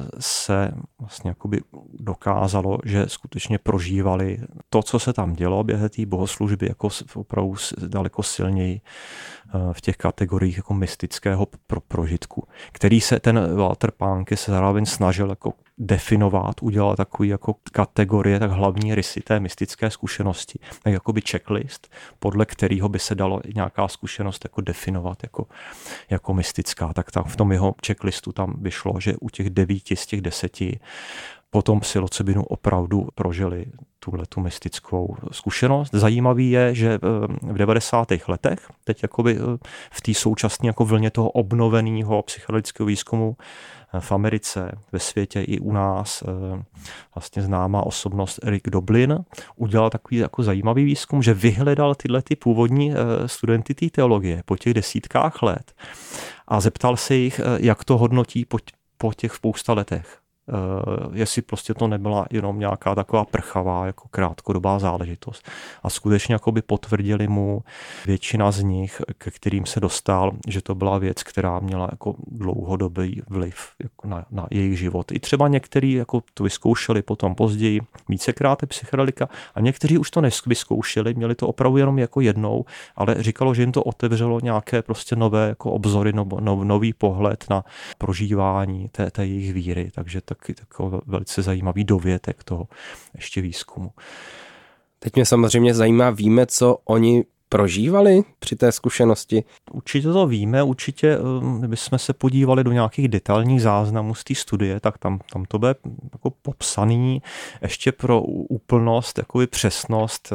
se vlastně jakoby dokázalo, že skutečně prožívali to, co se tam dělo během té bohoslužby, jako opravdu daleko silněji v těch kategoriích jako mystického pro prožitku, který se ten Walter Pahnke se zároveň snažil jako definovat, udělat takový jako kategorie, tak hlavní rysy té mystické zkušenosti, tak jakoby checklist, podle kterého by se dalo nějaká zkušenost jako definovat jako, jako mystická. Tak tam v tom jeho checklistu tam vyšlo, že u těch devíti z těch deseti potom psilocybinu opravdu prožili tuhletu mystickou zkušenost. Zajímavý je, že v devadesátých letech, teď jakoby v té současné jako vlně toho obnoveného psychedelického výzkumu v Americe, ve světě i u nás, vlastně známá osobnost Rick Doblin udělal takový jako zajímavý výzkum, že vyhledal tyhle ty původní studenty té teologie po těch desítkách let a zeptal se jich, jak to hodnotí po, po těch spousta letech. Uh, jestli prostě to nebyla jenom nějaká taková prchavá, jako krátkodobá záležitost. A skutečně jakoby potvrdili mu většina z nich, ke kterým se dostal, že to byla věc, která měla jako dlouhodobý vliv jako na, na jejich život. I třeba někteří jako to vyzkoušeli potom později vícekrát psychedelika a někteří už to nevyzkoušeli, měli to opravdu jenom jako jednou, ale říkalo, že jim to otevřelo nějaké prostě nové jako obzory, no, no, nový pohled na prožívání té, té jejich víry. Takže tak taky takový velice zajímavý dovětek toho ještě výzkumu. Teď mě samozřejmě zajímá, víme, co oni prožívali při té zkušenosti? Určitě to víme, určitě, kdybychom se podívali do nějakých detailních záznamů z té studie, tak tam, tam to bude jako popsaný ještě pro úplnost, jakoby přesnost,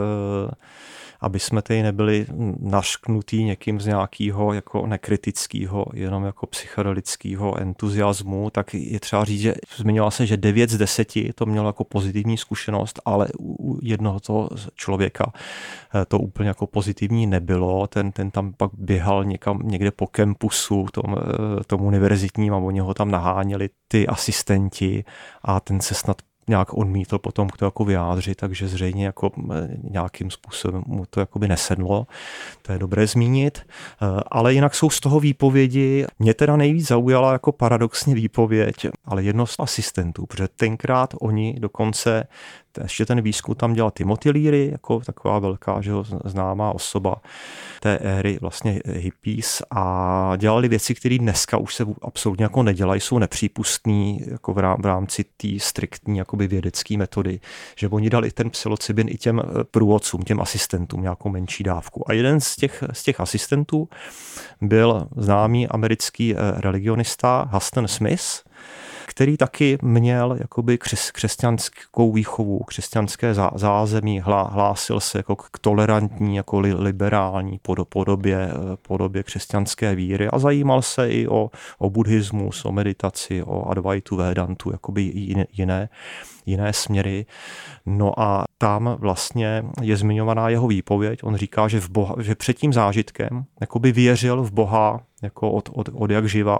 aby jsme tady nebyli našknutí někým z nějakého jako nekritického, jenom jako psychedelického entuziasmu, tak je třeba říct, že zmiňoval se, že devět z deseti to mělo jako pozitivní zkušenost, ale u jednoho toho člověka to úplně jako pozitivní nebylo. Ten, ten tam pak běhal někam, někde po kampusu tom, tom univerzitním a oni ho tam naháněli ty asistenti a ten se snad nějak odmítl potom to jako vyjádřit, takže zřejmě jako nějakým způsobem mu to jakoby nesedlo. To je dobré zmínit. Ale jinak jsou z toho výpovědi. Mě teda nejvíc zaujala jako paradoxně výpověď, ale jedno z asistentů, protože tenkrát oni dokonce, ještě ten výzkum tam dělal Timothy Leary, jako taková velká, že ho, známá osoba té éry vlastně hippies, a dělali věci, které dneska už se absolutně jako nedělají, jsou nepřípustný jako v rámci té striktní jakoby vědecké metody, že oni dali ten psilocybin i těm průvodcům, těm asistentům nějakou menší dávku. A jeden z těch, z těch asistentů byl známý americký religionista Huston Smith, který taky měl jakoby křes, křesťanskou výchovu, křesťanské zá, zázemí, hlá, hlásil se jako k tolerantní, jako li, liberální podobě, podobě křesťanské víry a zajímal se i o, o buddhismus, o meditaci, o Advaitu, Vedantu, jakoby jiné, jiné směry. No a tam vlastně je zmiňovaná jeho výpověď. On říká, že, v Boha, že před tím zážitkem jakoby věřil v Boha jako od, od, od jak živa,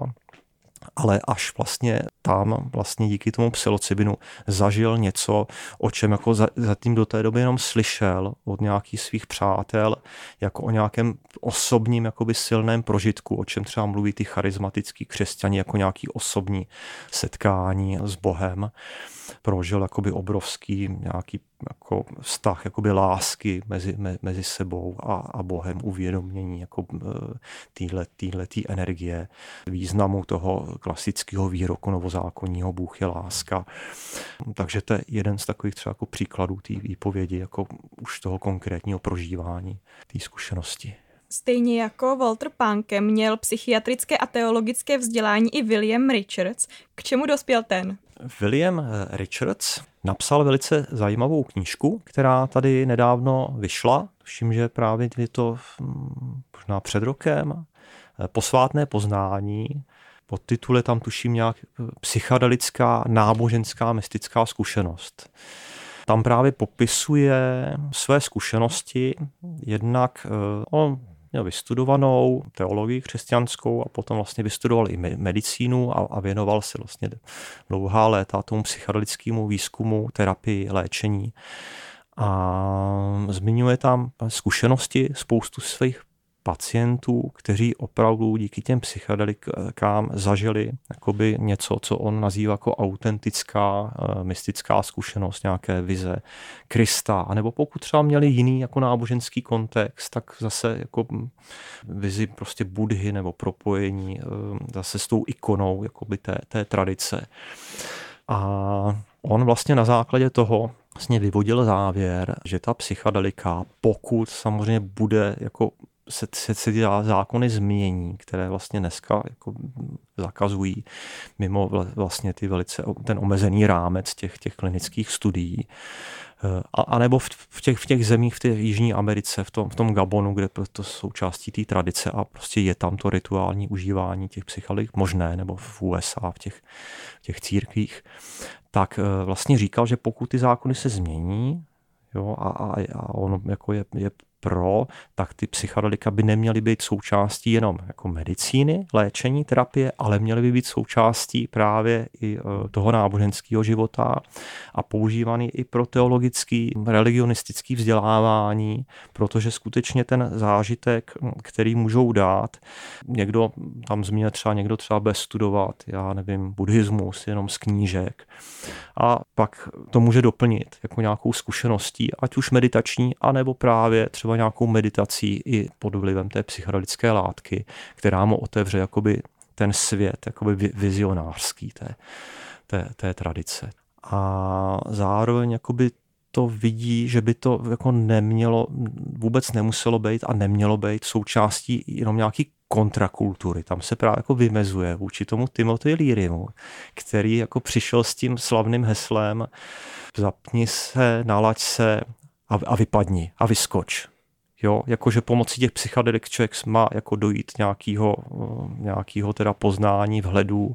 ale až vlastně tam vlastně díky tomu psilocybinu zažil něco, o čem jako zatím do té doby jenom slyšel od nějakých svých přátel, jako o nějakém osobním jakoby silném prožitku, o čem třeba mluví ty charismatický křesťani, jako nějaký osobní setkání s Bohem. Prožil jakoby obrovský nějaký jako vztah, jakoby lásky mezi, me, mezi sebou a, a Bohem, uvědomění jako týhle, týhletý energie, významu toho klasického výroku novozákonního Bůh je láska. Takže to je jeden z takových třeba jako příkladů té výpovědi, jako už toho konkrétního prožívání té zkušenosti. Stejně jako Walter Pahnke měl psychiatrické a teologické vzdělání i William Richards. K čemu dospěl ten? William Richards napsal velice zajímavou knížku, která tady nedávno vyšla. Tuším, že právě je to možná před rokem. Posvátné poznání. Podtitul je tam tuším nějak psychedelická, náboženská, mystická zkušenost. Tam právě popisuje své zkušenosti, jednak on měl vystudovanou teologii křesťanskou a potom vlastně vystudoval i medicínu a, a věnoval se vlastně dlouhá léta tomu psychedelickému výzkumu, terapii, léčení. A zmiňuje tam zkušenosti spoustu svých pacientů, kteří opravdu díky těm psychedelikám zažili jakoby něco, co on nazývá jako autentická mystická zkušenost, nějaké vize Krista, anebo pokud třeba měli jiný jako náboženský kontext, tak zase jako vizi prostě Budhy nebo propojení zase s tou ikonou jakoby té, té tradice. A on vlastně na základě toho vlastně vyvodil závěr, že ta psychedelika, pokud samozřejmě bude jako se, se, se zákony změní, které vlastně dneska jako zakazují mimo vlastně ty velice, ten omezený rámec těch, těch klinických studií. A, a nebo v, v, těch, v těch zemích v té Jižní Americe, v tom, v tom Gabonu, kde to součástí té tradice a prostě je tam to rituální užívání těch psychedelik možné, nebo v U S A, v těch, v těch církvích, tak vlastně říkal, že pokud ty zákony se změní, jo, a, a, a on jako je, je pro, tak ty psychedelika by neměly být součástí jenom jako medicíny, léčení, terapie, ale měly by být součástí právě i toho náboženského života a používaný i pro teologický, religionistický vzdělávání, protože skutečně ten zážitek, který můžou dát, někdo tam zmínil třeba, někdo třeba bude studovat, já nevím, buddhismus jenom z knížek a pak to může doplnit jako nějakou zkušeností, ať už meditační, anebo právě třeba nějakou meditací i pod vlivem té psychedelické látky, která mu otevře jakoby ten svět jakoby vizionářský té, té, té tradice. A zároveň jakoby to vidí, že by to jako nemělo, vůbec nemuselo být a nemělo být součástí jenom nějaký kontrakultury. Tam se právě jako vymezuje vůči tomu Timothy Learymu, který jako přišel s tím slavným heslem zapni se, nalaď se a, a vypadni a vyskoč. Jo, jakože pomocí těch psychedelik člověk má jako dojít nějakého, nějakého teda poznání, vhledu,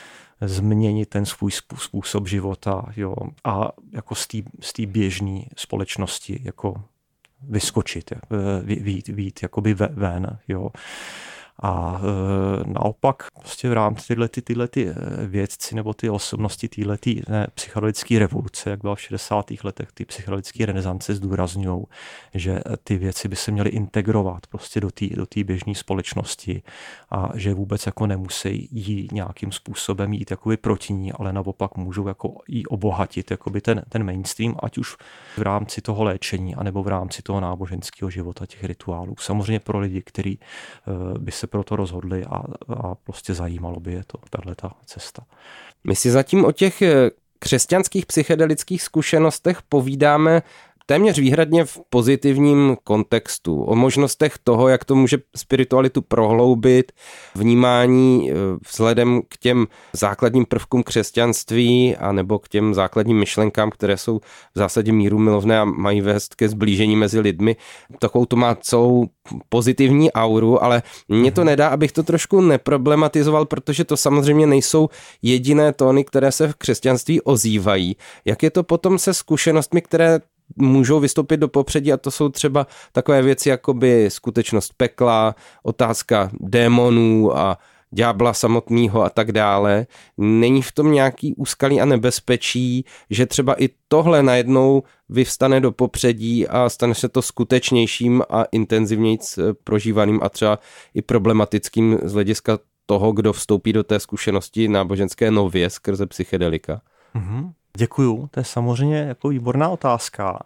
změnit ten svůj způsob života, jo, a jako z té běžné společnosti jako vyskočit, vít, vít jakoby ven, jo. A e, naopak prostě v rámci tyhle, ty, tyhle ty vědci nebo ty osobnosti tyhle ty psychedelické revoluce, jak byla v šedesátých letech, ty psychedelické renesance zdůrazňují, že ty věci by se měly integrovat prostě do té do té běžné společnosti a že vůbec jako nemusí jí nějakým způsobem jít jakoby proti ní, ale naopak můžou jako jí obohatit jakoby ten, ten mainstream, ať už v rámci toho léčení, anebo v rámci toho náboženského života, těch rituálů. Samozřejmě pro lidi, kteří uh, by se pro to rozhodli a, a prostě zajímalo by je to, tato cesta. My si zatím o těch křesťanských psychedelických zkušenostech povídáme téměř výhradně v pozitivním kontextu, o možnostech toho, jak to může spiritualitu prohloubit, vnímání vzhledem k těm základním prvkům křesťanství a nebo k těm základním myšlenkám, které jsou v zásadě mírumilovné a mají vést ke sblížení mezi lidmi. Takovou to má celou pozitivní auru, ale mě to nedá, abych to trošku neproblematizoval, protože to samozřejmě nejsou jediné tóny, které se v křesťanství ozývají. Jak je to potom se zkušenostmi, které můžou vystoupit do popředí, a to jsou třeba takové věci jako by skutečnost pekla, otázka démonů a ďábla samotného a tak dále. Není v tom nějaký úskalí a nebezpečí, že třeba i tohle najednou vyvstane do popředí a stane se to skutečnějším a intenzivněji prožívaným a třeba i problematickým z hlediska toho, kdo vstoupí do té zkušenosti náboženské nově skrze psychedelika? Mm-hmm. Děkuju, to je samozřejmě jako výborná otázka.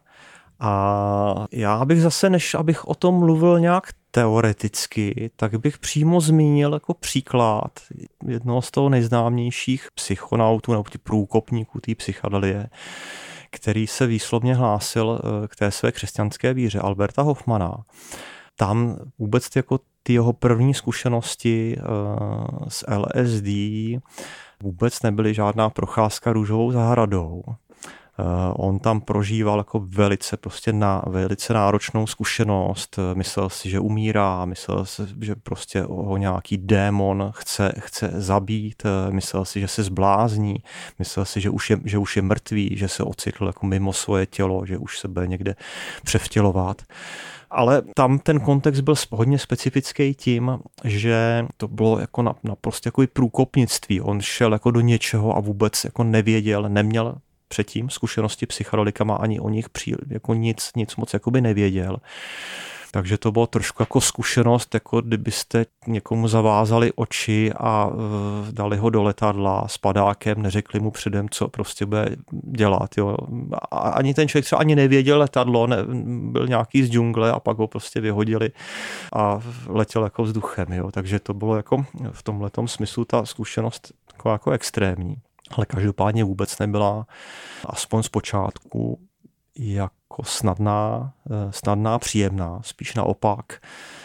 A já bych zase, než abych o tom mluvil nějak teoreticky, tak bych přímo zmínil jako příklad jednoho z toho nejznámějších psychonautů nebo průkopníků té psychedelie, který se výslovně hlásil k té své křesťanské víře, Alberta Hoffmana. Tam vůbec ty, jako ty jeho první zkušenosti s L S D vůbec nebyly žádná procházka růžovou zahradou. On tam prožíval jako velice, prostě na, velice náročnou zkušenost. Myslel si, že umírá, myslel si, že prostě ho nějaký démon chce, chce zabít, myslel si, že se zblázní, myslel si, že už je, že už je mrtvý, že se ocitl jako mimo svoje tělo, že už se bude někde převtělovat. Ale tam ten kontext byl hodně specifický tím, že to bylo jako na, na prostě jako průkopnictví. On šel jako do něčeho a vůbec jako nevěděl, neměl předtím zkušenosti psychedelikama, ani o nich při, jako nic, nic moc jakoby nevěděl. Takže to bylo trošku jako zkušenost, jako kdybyste někomu zavázali oči a uh, dali ho do letadla s padákem, neřekli mu předem, co prostě bude dělat. Jo. A ani ten člověk třeba ani nevěděl letadlo, ne, byl nějaký z džungle a pak ho prostě vyhodili a letěl jako vzduchem. Jo. Takže to bylo jako v tomhletom smyslu ta zkušenost jako, jako extrémní. Ale každopádně vůbec nebyla, aspoň z počátku, jako snadná, snadná, příjemná, spíš naopak.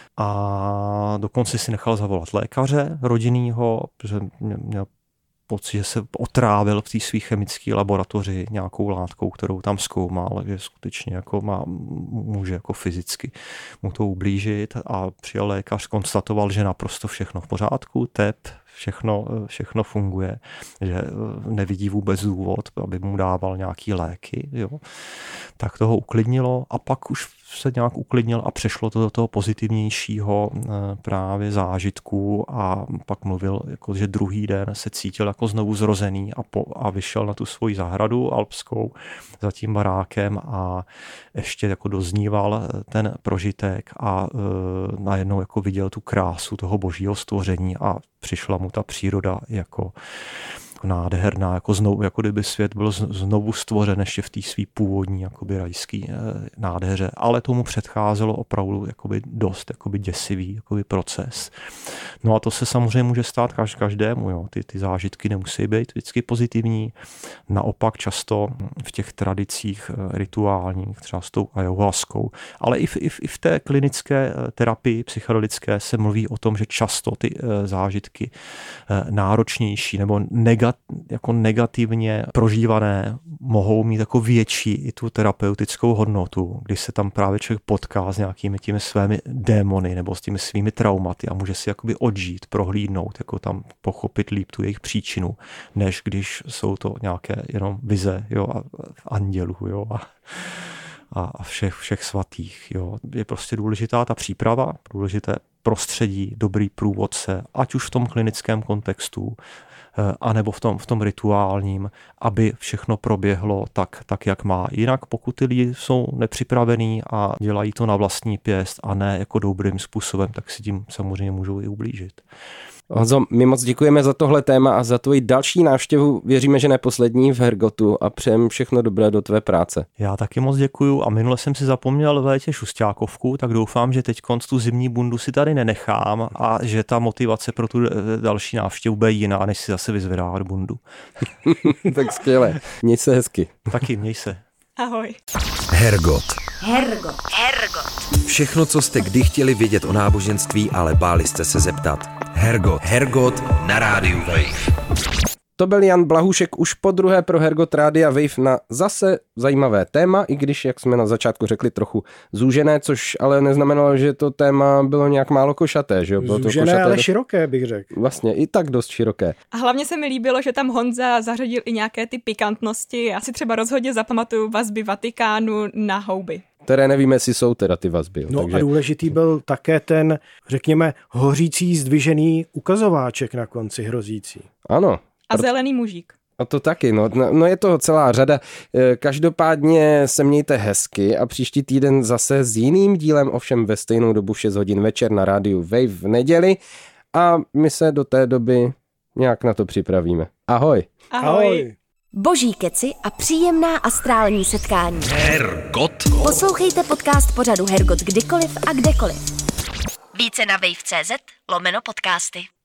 A dokonce si nechal zavolat lékaře rodinnýho, protože měl pocit, že se otrávil v té své chemické laboratoři nějakou látkou, kterou tam zkoumal, že skutečně jako má, může jako fyzicky mu to ublížit, a přijel lékař, konstatoval, že naprosto všechno v pořádku, tep, všechno, všechno funguje, že nevidí vůbec důvod, aby mu dával nějaký léky, jo. Tak toho uklidnilo a pak už se nějak uklidnil a přešlo to do toho pozitivnějšího právě zážitku a pak mluvil, jako, že druhý den se cítil jako znovu zrozený a, po, a vyšel na tu svoji zahradu alpskou za tím barákem a ještě jako dozníval ten prožitek a e, najednou jako viděl tu krásu toho božího stvoření a přišla mu ta příroda jako nádherná, jako, znovu, jako kdyby svět byl znovu stvořen ještě v té svý původní jakoby rajský nádheře, ale tomu předcházelo opravdu jakoby dost jakoby děsivý jakoby proces. No a to se samozřejmě může stát každému, jo. Ty, ty zážitky nemusí být vždycky pozitivní, naopak často v těch tradicích rituálních, třeba s tou ayahuaskou, ale i v, i v, i v té klinické terapii psychedelické se mluví o tom, že často ty zážitky náročnější nebo negativní jako negativně prožívané mohou mít jako větší i tu terapeutickou hodnotu, když se tam právě člověk potká s nějakými těmi svými démony nebo s těmi svými traumaty a může si jakoby odžít, prohlídnout, jako tam pochopit líp tu jejich příčinu, než když jsou to nějaké jenom vize, jo, a andělů, jo, a a všech, všech svatých. Jo. Je prostě důležitá ta příprava, důležité prostředí, dobrý průvodce, ať už v tom klinickém kontextu, anebo v tom, v tom rituálním, aby všechno proběhlo tak, tak, jak má. Jinak pokud ty lidi jsou nepřipravení a dělají to na vlastní pěst a ne jako dobrým způsobem, tak si tím samozřejmě můžou i ublížit. Honzo, my moc děkujeme za tohle téma a za tvoji další návštěvu. Věříme, že ne poslední v Hergotu a přejem všechno dobré do tvé práce. Já taky moc děkuju a minule jsem si zapomněl v létě šustákovku, tak doufám, že teď tu zimní bundu si tady nenechám a že ta motivace pro tu další návštěvu bude jiná, než si zase vyzvedávat bundu. Tak skvěle. Měj se hezky. Taky, měj se. Ahoj. Hergot. Hergot. Hergot. Všechno, co jste kdy chtěli vědět o náboženství, ale báli jste se zeptat. Hergot. Hergot na rádiu Wave. To byl Jan Blahušek už po druhé pro Hergot Rádia Wave na zase zajímavé téma, i když, jak jsme na začátku řekli, trochu zúžené, což ale neznamenalo, že to téma bylo nějak málo košaté. Že? Bylo zúžené, to košaté, ale do... široké, bych řekl. Vlastně i tak dost široké. A hlavně se mi líbilo, že tam Honza zařadil i nějaké ty pikantnosti. Já si třeba rozhodně zapamatuju vazby Vatikánu na houby. Které nevíme, jestli jsou teda ty vazby. No takže... a důležitý byl také ten, řekněme, hořící zdvižený ukazováček na konci hrozící. Ano. A zelený mužík. A to taky, no, no je toho celá řada. Každopádně se mějte hezky a příští týden zase s jiným dílem, ovšem ve stejnou dobu v šest hodin večer na rádiu Wave v neděli a my se do té doby nějak na to připravíme. Ahoj. Ahoj. Ahoj. Boží keci a příjemná astrální setkání. Hergot. Poslouchejte podcast pořadu Hergot kdykoliv a kdekoliv. Více na wave tečka cz lomeno podcasty.